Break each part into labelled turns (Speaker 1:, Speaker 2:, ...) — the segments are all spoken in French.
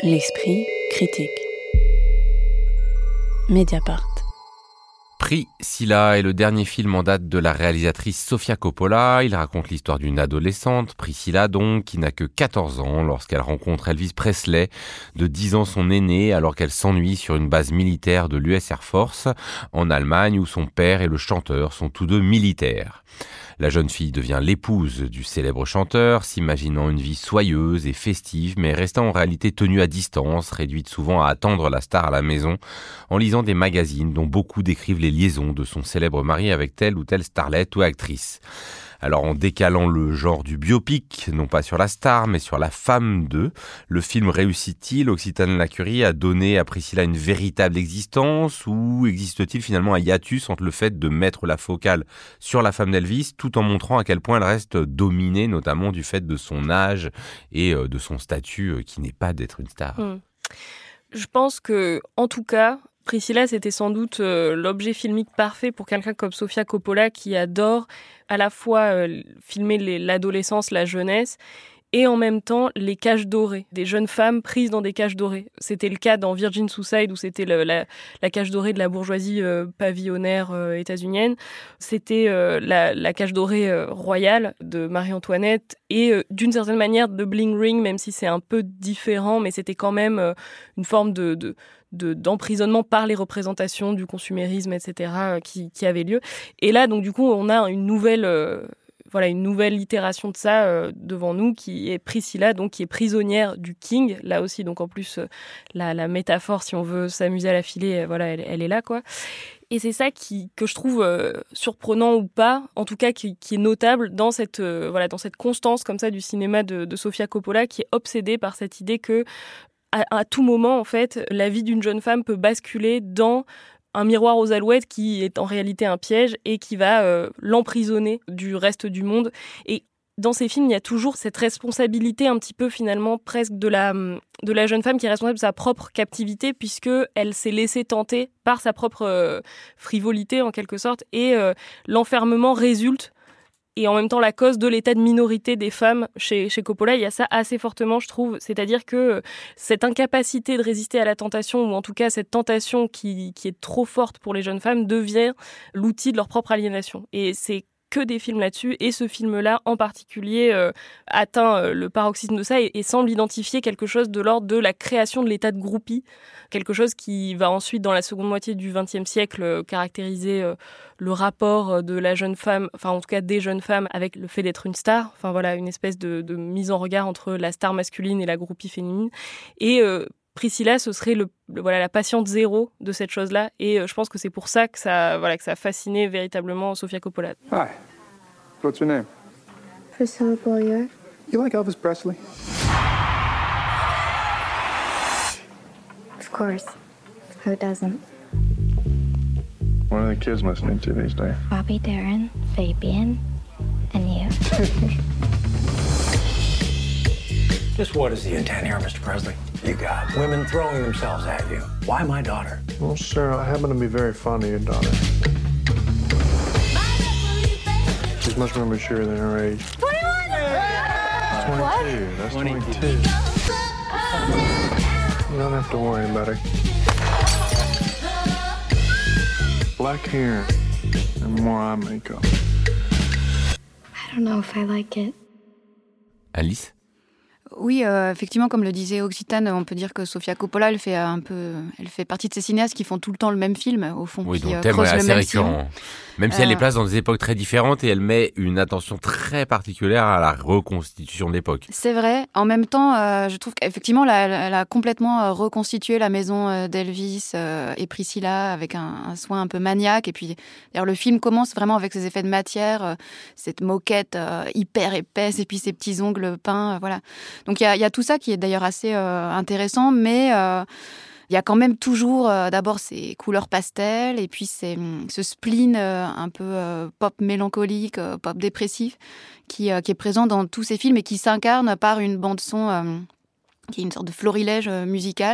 Speaker 1: L'esprit critique. Mediapart.
Speaker 2: Priscilla est le dernier film en date de la réalisatrice Sofia Coppola. Il raconte l'histoire d'une adolescente, Priscilla donc, qui n'a que 14 ans lorsqu'elle rencontre Elvis Presley, de 10 ans son aîné, alors qu'elle s'ennuie sur une base militaire de l'US Air Force, en Allemagne où son père et le chanteur sont tous deux militaires. La jeune fille devient l'épouse du célèbre chanteur, s'imaginant une vie soyeuse et festive, mais restant en réalité tenue à distance, réduite souvent à attendre la star à la maison, en lisant des magazines dont beaucoup décrivent les liaisons de son célèbre mari avec telle ou telle starlette ou actrice. Alors en décalant le genre du biopic, non pas sur la star, mais sur la femme d'eux, le film réussit-il, Occitane Lacurie, à donner à Priscilla une véritable existence, ou existe-t-il finalement un hiatus entre le fait de mettre la focale sur la femme d'Elvis, tout en montrant à quel point elle reste dominée, notamment du fait de son âge et de son statut qui n'est pas d'être une star.
Speaker 3: Je pense que, en tout cas, Priscilla, c'était sans doute l'objet filmique parfait pour quelqu'un comme Sofia Coppola qui adore à la fois filmer l'adolescence, la jeunesse, et en même temps les cages dorées, des jeunes femmes prises dans des cages dorées. C'était le cas dans Virgin Suicide où c'était la cage dorée de la bourgeoisie pavillonnaire états-unienne. C'était la cage dorée royale de Marie-Antoinette et d'une certaine manière de Bling Ring, même si c'est un peu différent, mais c'était quand même une forme d'emprisonnement par les représentations du consumérisme, etc., qui avait lieu. Et là, donc du coup, on a une nouvelle itération de ça devant nous, qui est Priscilla, donc qui est prisonnière du King. Là aussi, donc en plus, la métaphore, si on veut s'amuser à la filer, voilà, elle est là, quoi. Et c'est ça que je trouve surprenant ou pas, en tout cas qui est notable dans cette constance comme ça du cinéma de Sofia Coppola, qui est obsédée par cette idée que à tout moment, en fait, la vie d'une jeune femme peut basculer dans un miroir aux alouettes qui est en réalité un piège et qui va l'emprisonner du reste du monde. Et dans ces films, il y a toujours cette responsabilité un petit peu finalement presque de la jeune femme qui est responsable de sa propre captivité puisque elle s'est laissée tenter par sa propre frivolité en quelque sorte et l'enfermement résulte. Et en même temps, la cause de l'état de minorité des femmes chez Coppola, il y a ça assez fortement, je trouve. C'est-à-dire que cette incapacité de résister à la tentation, ou en tout cas cette tentation qui est trop forte pour les jeunes femmes, devient l'outil de leur propre aliénation. Et c'est que des films là-dessus, et ce film-là en particulier atteint le paroxysme de ça et semble identifier quelque chose de l'ordre de la création de l'état de groupie, quelque chose qui va ensuite, dans la seconde moitié du XXe siècle, caractériser le rapport de la jeune femme, enfin en tout cas des jeunes femmes, avec le fait d'être une star, enfin voilà, une espèce de mise en regard entre la star masculine et la groupie féminine, et Priscilla, ce serait la patiente zéro de cette chose-là. Et je pense que c'est pour ça que ça a fasciné véritablement Sofia Coppola.
Speaker 4: Hi. What's your name?
Speaker 5: Priscilla Beaulieu.
Speaker 4: You like Elvis Presley?
Speaker 5: Of course. Who doesn't?
Speaker 4: What are the kids listening to these days?
Speaker 5: Bobby Darin, Fabian, and you.
Speaker 6: Just what is the intent here, Mr. Presley? You got women throwing themselves at you. Why my daughter?
Speaker 4: Well, Sarah, I happen to be very fond of your daughter. She's much more mature than her age.
Speaker 5: 21!
Speaker 4: 22. That's 22. You don't have to worry about her. Black hair and more eye makeup.
Speaker 5: I don't know if I like it.
Speaker 2: Alice ?
Speaker 7: Oui, effectivement, comme le disait Occitane, on peut dire que Sofia Coppola, elle fait partie de ces cinéastes qui font tout le temps le même film, au fond,
Speaker 2: oui,
Speaker 7: qui
Speaker 2: donc thème
Speaker 7: creusent
Speaker 2: est
Speaker 7: le
Speaker 2: assez
Speaker 7: même
Speaker 2: récurrent.
Speaker 7: sillon.
Speaker 2: Même si elle les place dans des époques très différentes et elle met une attention très particulière à la reconstitution de l'époque.
Speaker 7: C'est vrai. En même temps, je trouve qu'effectivement, elle a complètement reconstitué la maison d'Elvis et Priscilla avec un soin un peu maniaque. Et puis, d'ailleurs, le film commence vraiment avec ses effets de matière, cette moquette hyper épaisse et puis ces petits ongles peints, voilà. Donc, il y a tout ça qui est d'ailleurs assez intéressant, mais il y a quand même toujours d'abord ces couleurs pastel et puis ce spleen un peu pop mélancolique, pop dépressif qui est présent dans tous ces films et qui s'incarne par une bande-son qui est une sorte de florilège musical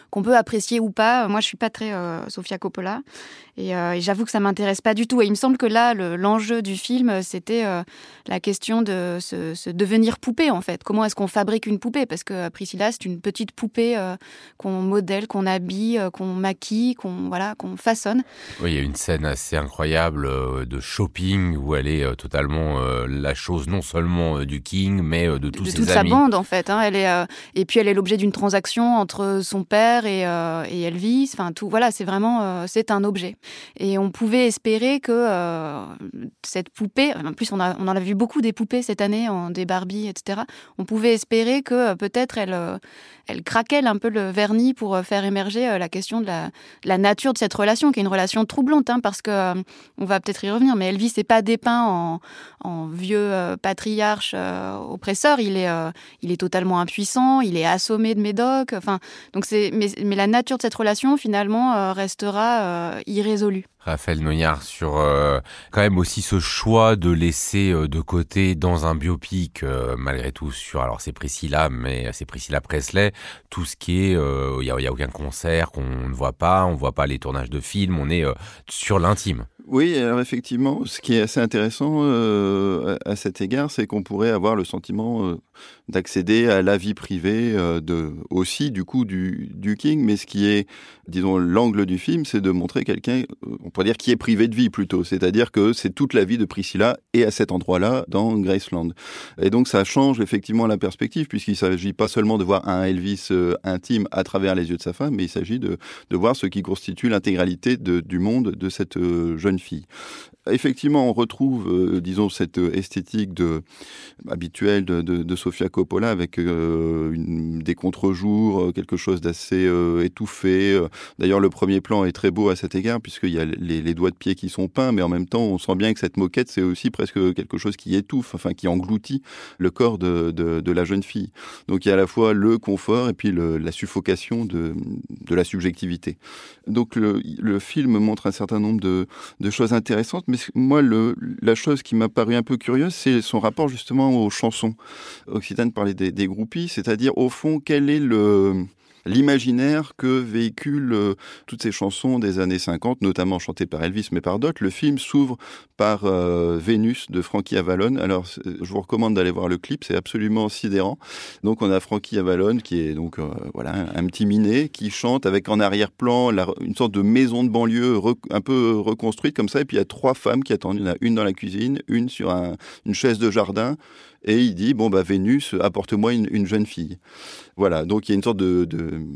Speaker 7: qu'on peut apprécier ou pas. Moi, je suis pas très Sofia Coppola. Et j'avoue que ça m'intéresse pas du tout. Et il me semble que là, l'enjeu du film, c'était la question de se devenir poupée, en fait. Comment est-ce qu'on fabrique une poupée ? Parce que Priscilla, c'est une petite poupée qu'on modèle, qu'on habille, qu'on maquille, qu'on façonne.
Speaker 2: Oui, il y a une scène assez incroyable de shopping où elle est totalement la chose non seulement du King, mais de tous ses amis.
Speaker 7: De toute sa bande, en fait. Hein. Et puis, elle est l'objet d'une transaction entre son père et Elvis. Enfin, tout. Voilà, c'est vraiment c'est un objet. Et on pouvait espérer que cette poupée, en plus on en a vu beaucoup des poupées cette année, des Barbie, etc. On pouvait espérer que peut-être elle craquelle un peu le vernis pour faire émerger la question de la nature de cette relation, qui est une relation troublante, hein, parce que on va peut-être y revenir, mais Elvis n'est pas dépeint en vieux patriarche oppresseur. Il est totalement impuissant, il est assommé de médocs. Enfin, donc mais la nature de cette relation finalement restera irrésolue.
Speaker 2: Raphaël Noyard, sur quand même aussi ce choix de laisser de côté dans un biopic, malgré tout, alors c'est Priscilla, mais c'est Priscilla Presley, tout ce qui est, il y a aucun concert qu'on ne voit pas, on ne voit pas les tournages de films, on est sur l'intime.
Speaker 8: Oui, alors effectivement, ce qui est assez intéressant à cet égard, c'est qu'on pourrait avoir le sentiment d'accéder à la vie privée aussi du coup du King, mais ce qui est, disons, l'angle du film, c'est de montrer quelqu'un, on pourrait dire, qui est privé de vie plutôt, c'est-à-dire que c'est toute la vie de Priscilla et à cet endroit-là dans Graceland. Et donc ça change effectivement la perspective, puisqu'il ne s'agit pas seulement de voir un Elvis intime à travers les yeux de sa femme, mais il s'agit de voir ce qui constitue l'intégralité du monde de cette jeune fille. Effectivement, on retrouve, disons, cette esthétique habituelle de Sofia Coppola avec des contre-jours, quelque chose d'assez étouffé. D'ailleurs, le premier plan est très beau à cet égard, puisqu'il y a les doigts de pied qui sont peints, mais en même temps, on sent bien que cette moquette, c'est aussi presque quelque chose qui étouffe, enfin, qui engloutit le corps de la jeune fille. Donc, il y a à la fois le confort et puis la suffocation de la subjectivité. Donc, le film montre un certain nombre de choses intéressantes, mais moi, la chose qui m'a paru un peu curieuse, c'est son rapport justement aux chansons. Occitane parlait des groupies, c'est-à-dire au fond, quel est l'imaginaire que véhiculent toutes ces chansons des années 50, notamment chantées par Elvis, mais par d'autres. Le film s'ouvre par Vénus de Frankie Avalon. Alors, je vous recommande d'aller voir le clip, c'est absolument sidérant. Donc, on a Frankie Avalon, qui est donc un petit minet, qui chante avec en arrière-plan une sorte de maison de banlieue un peu reconstruite comme ça. Et puis, il y a 3 femmes qui attendent. Il y en a une dans la cuisine, une sur une chaise de jardin. Et il dit, Vénus, apporte-moi une jeune fille. Voilà, donc il y a une sorte de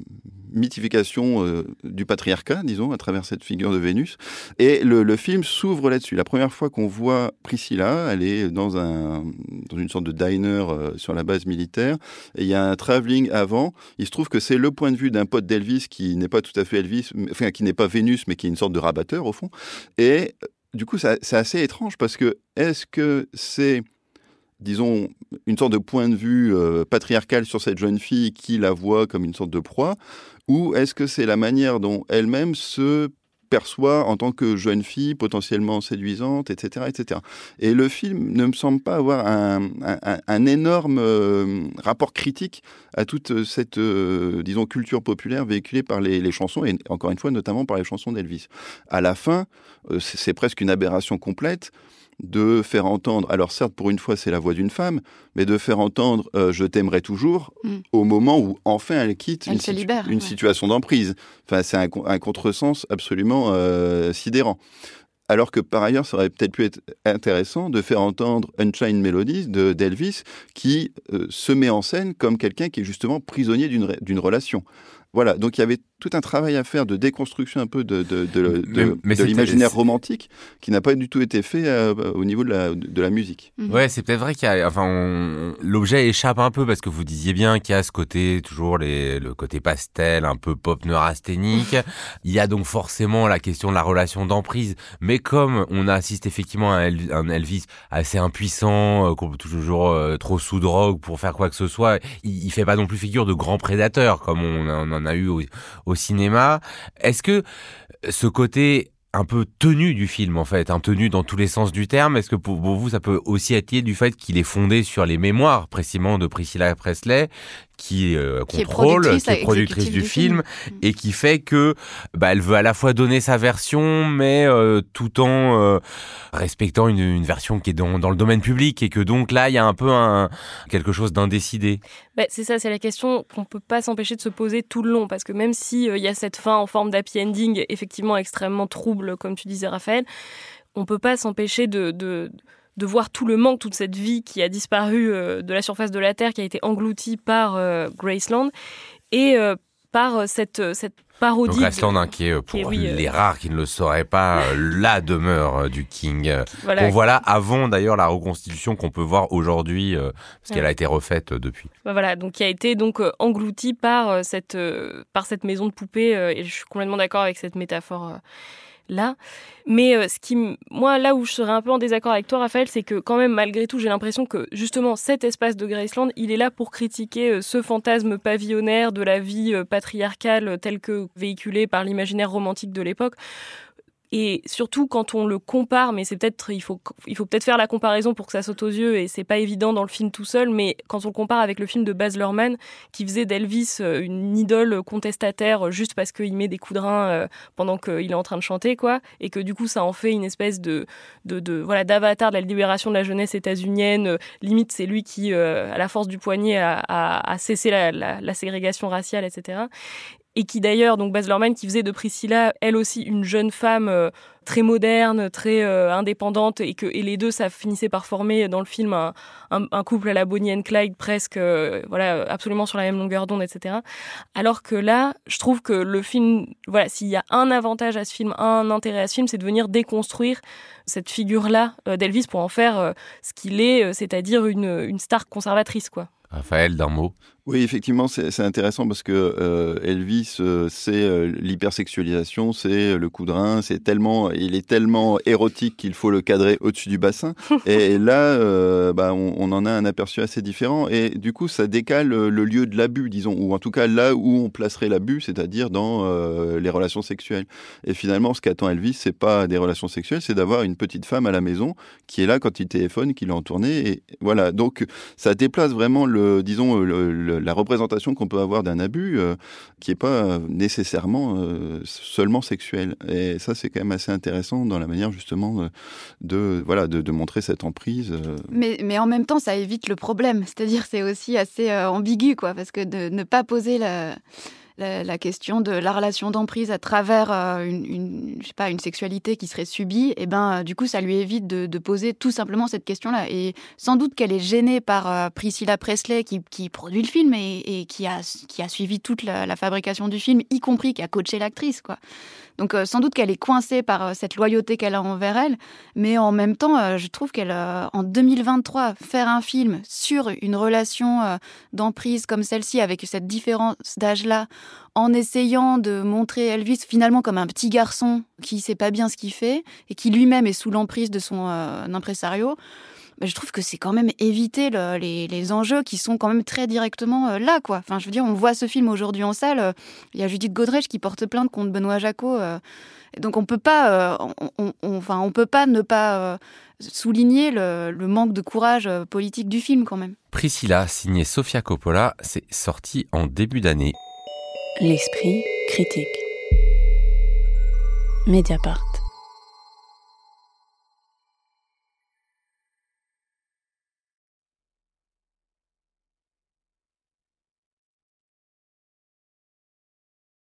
Speaker 8: mythification du patriarcat, disons, à travers cette figure de Vénus. Et le film s'ouvre là-dessus. La première fois qu'on voit Priscilla, elle est dans une sorte de diner sur la base militaire. Et il y a un travelling avant. Il se trouve que c'est le point de vue d'un pote d'Elvis qui n'est pas tout à fait Elvis, enfin qui n'est pas Vénus, mais qui est une sorte de rabatteur, au fond. Et du coup, c'est assez étrange parce que est-ce que c'est, disons, une sorte de point de vue patriarcal sur cette jeune fille qui la voit comme une sorte de proie, ou est-ce que c'est la manière dont elle-même se perçoit en tant que jeune fille potentiellement séduisante, etc., etc. Et le film ne me semble pas avoir un énorme rapport critique à toute cette, disons, culture populaire véhiculée par les chansons, et encore une fois, notamment par les chansons d'Elvis. À la fin, c'est presque une aberration complète de faire entendre, alors certes pour une fois c'est la voix d'une femme, mais de faire entendre je t'aimerai toujours au moment où enfin elle quitte une situation d'emprise. Enfin, c'est un contresens absolument sidérant. Alors que par ailleurs, ça aurait peut-être pu être intéressant de faire entendre Unchained Melodies d'Elvis qui se met en scène comme quelqu'un qui est justement prisonnier d'une relation. Voilà, donc il y avait tout un travail à faire de déconstruction un peu de l'imaginaire romantique qui n'a pas du tout été fait au niveau de la musique.
Speaker 2: Ouais, c'est peut-être vrai qu'il y a, l'objet échappe un peu parce que vous disiez bien qu'il y a ce côté, toujours le côté pastel, un peu pop neurasthénique. Il y a donc forcément la question de la relation d'emprise, mais comme on assiste effectivement à un Elvis assez impuissant, toujours trop sous drogue pour faire quoi que ce soit, il fait pas non plus figure de grand prédateur comme on en a eu au cinéma. Est-ce que ce côté un peu tenu du film, en fait, tenu dans tous les sens du terme, est-ce que pour vous, ça peut aussi être lié du fait qu'il est fondé sur les mémoires, précisément, de Priscilla Presley, qui contrôle, qui est productrice du film, et qui fait que elle veut à la fois donner sa version, mais tout en respectant une version qui est dans le domaine public, et que donc là, il y a un peu quelque chose d'indécidé.
Speaker 3: C'est ça, c'est la question qu'on ne peut pas s'empêcher de se poser tout le long, parce que même s'il y a cette fin en forme d'happy ending, effectivement extrêmement trouble, comme tu disais, Raphaël, on ne peut pas s'empêcher de voir tout le manque, toute cette vie qui a disparu de la surface de la Terre, qui a été engloutie par Graceland, et par cette parodie.
Speaker 2: Donc Graceland, qui est, pour les rares qui ne le sauraient pas, la demeure du King. Qu'on voit là avant d'ailleurs la reconstitution qu'on peut voir aujourd'hui, parce qu'elle a été refaite depuis.
Speaker 3: Voilà, donc qui a été engloutie par cette maison de poupée, et je suis complètement d'accord avec cette métaphore là. Mais moi, là où je serais un peu en désaccord avec toi, Raphaël, c'est que quand même, malgré tout, j'ai l'impression que justement cet espace de Graceland, il est là pour critiquer ce fantasme pavillonnaire de la vie patriarcale tel que véhiculé par l'imaginaire romantique de l'époque. Et surtout quand on le compare, mais il faut peut-être faire la comparaison pour que ça saute aux yeux, et c'est pas évident dans le film tout seul, mais quand on le compare avec le film de Baz Luhrmann, qui faisait d'Elvis une idole contestataire juste parce qu'il met des coups de rein pendant qu'il est en train de chanter, quoi, et que du coup ça en fait une espèce d'avatar de la libération de la jeunesse états-unienne. Limite, c'est lui qui, à la force du poignet, a cessé la ségrégation raciale, etc. Et qui d'ailleurs, donc Baz Luhrmann, qui faisait de Priscilla, elle aussi, une jeune femme très moderne, très indépendante, et les deux, ça finissait par former dans le film un couple à la Bonnie and Clyde, presque, absolument sur la même longueur d'onde, etc. Alors que là, je trouve que le film, s'il y a un avantage à ce film, un intérêt à ce film, c'est de venir déconstruire cette figure-là d'Elvis pour en faire ce qu'il est, c'est-à-dire une star conservatrice, quoi.
Speaker 2: Raphaël, d'un mot.
Speaker 8: Oui, effectivement, c'est intéressant parce que Elvis, c'est l'hypersexualisation, c'est le coup de rein, il est tellement érotique qu'il faut le cadrer au-dessus du bassin. Et là, on en a un aperçu assez différent. Et du coup, ça décale le lieu de l'abus, disons, ou en tout cas là où on placerait l'abus, c'est-à-dire dans les relations sexuelles. Et finalement, ce qu'attend Elvis, c'est pas des relations sexuelles, c'est d'avoir une petite femme à la maison qui est là quand il téléphone, qui l'a en tournée. Et voilà, donc ça déplace vraiment la représentation qu'on peut avoir d'un abus qui n'est pas nécessairement seulement sexuel. Et ça, c'est quand même assez intéressant dans la manière justement de montrer cette emprise.
Speaker 7: Mais en même temps, ça évite le problème. C'est-à-dire, c'est aussi assez ambigu, quoi, parce que de ne pas poser la question de la relation d'emprise à travers une sexualité qui serait subie, et du coup ça lui évite de poser tout simplement cette question-là. Et sans doute qu'elle est gênée par Priscilla Presley qui produit le film et qui a suivi toute la fabrication du film, y compris qui a coaché l'actrice, quoi. Donc sans doute qu'elle est coincée par cette loyauté qu'elle a envers elle, mais en même temps, je trouve qu'elle, en 2023, faire un film sur une relation d'emprise comme celle-ci, avec cette différence d'âge-là, en essayant de montrer Elvis finalement comme un petit garçon qui sait pas bien ce qu'il fait et qui lui-même est sous l'emprise de son impresario, je trouve que c'est quand même éviter les enjeux qui sont quand même très directement là, quoi. Enfin, je veux dire, on voit ce film aujourd'hui en salle. Il y a Judith Godrèche qui porte plainte contre Benoît Jacquot. Donc on peut pas, on peut pas ne pas souligner le manque de courage politique du film, quand même.
Speaker 2: Priscilla, signée Sofia Coppola, c'est sorti en début d'année.
Speaker 1: L'esprit critique. Mediapart.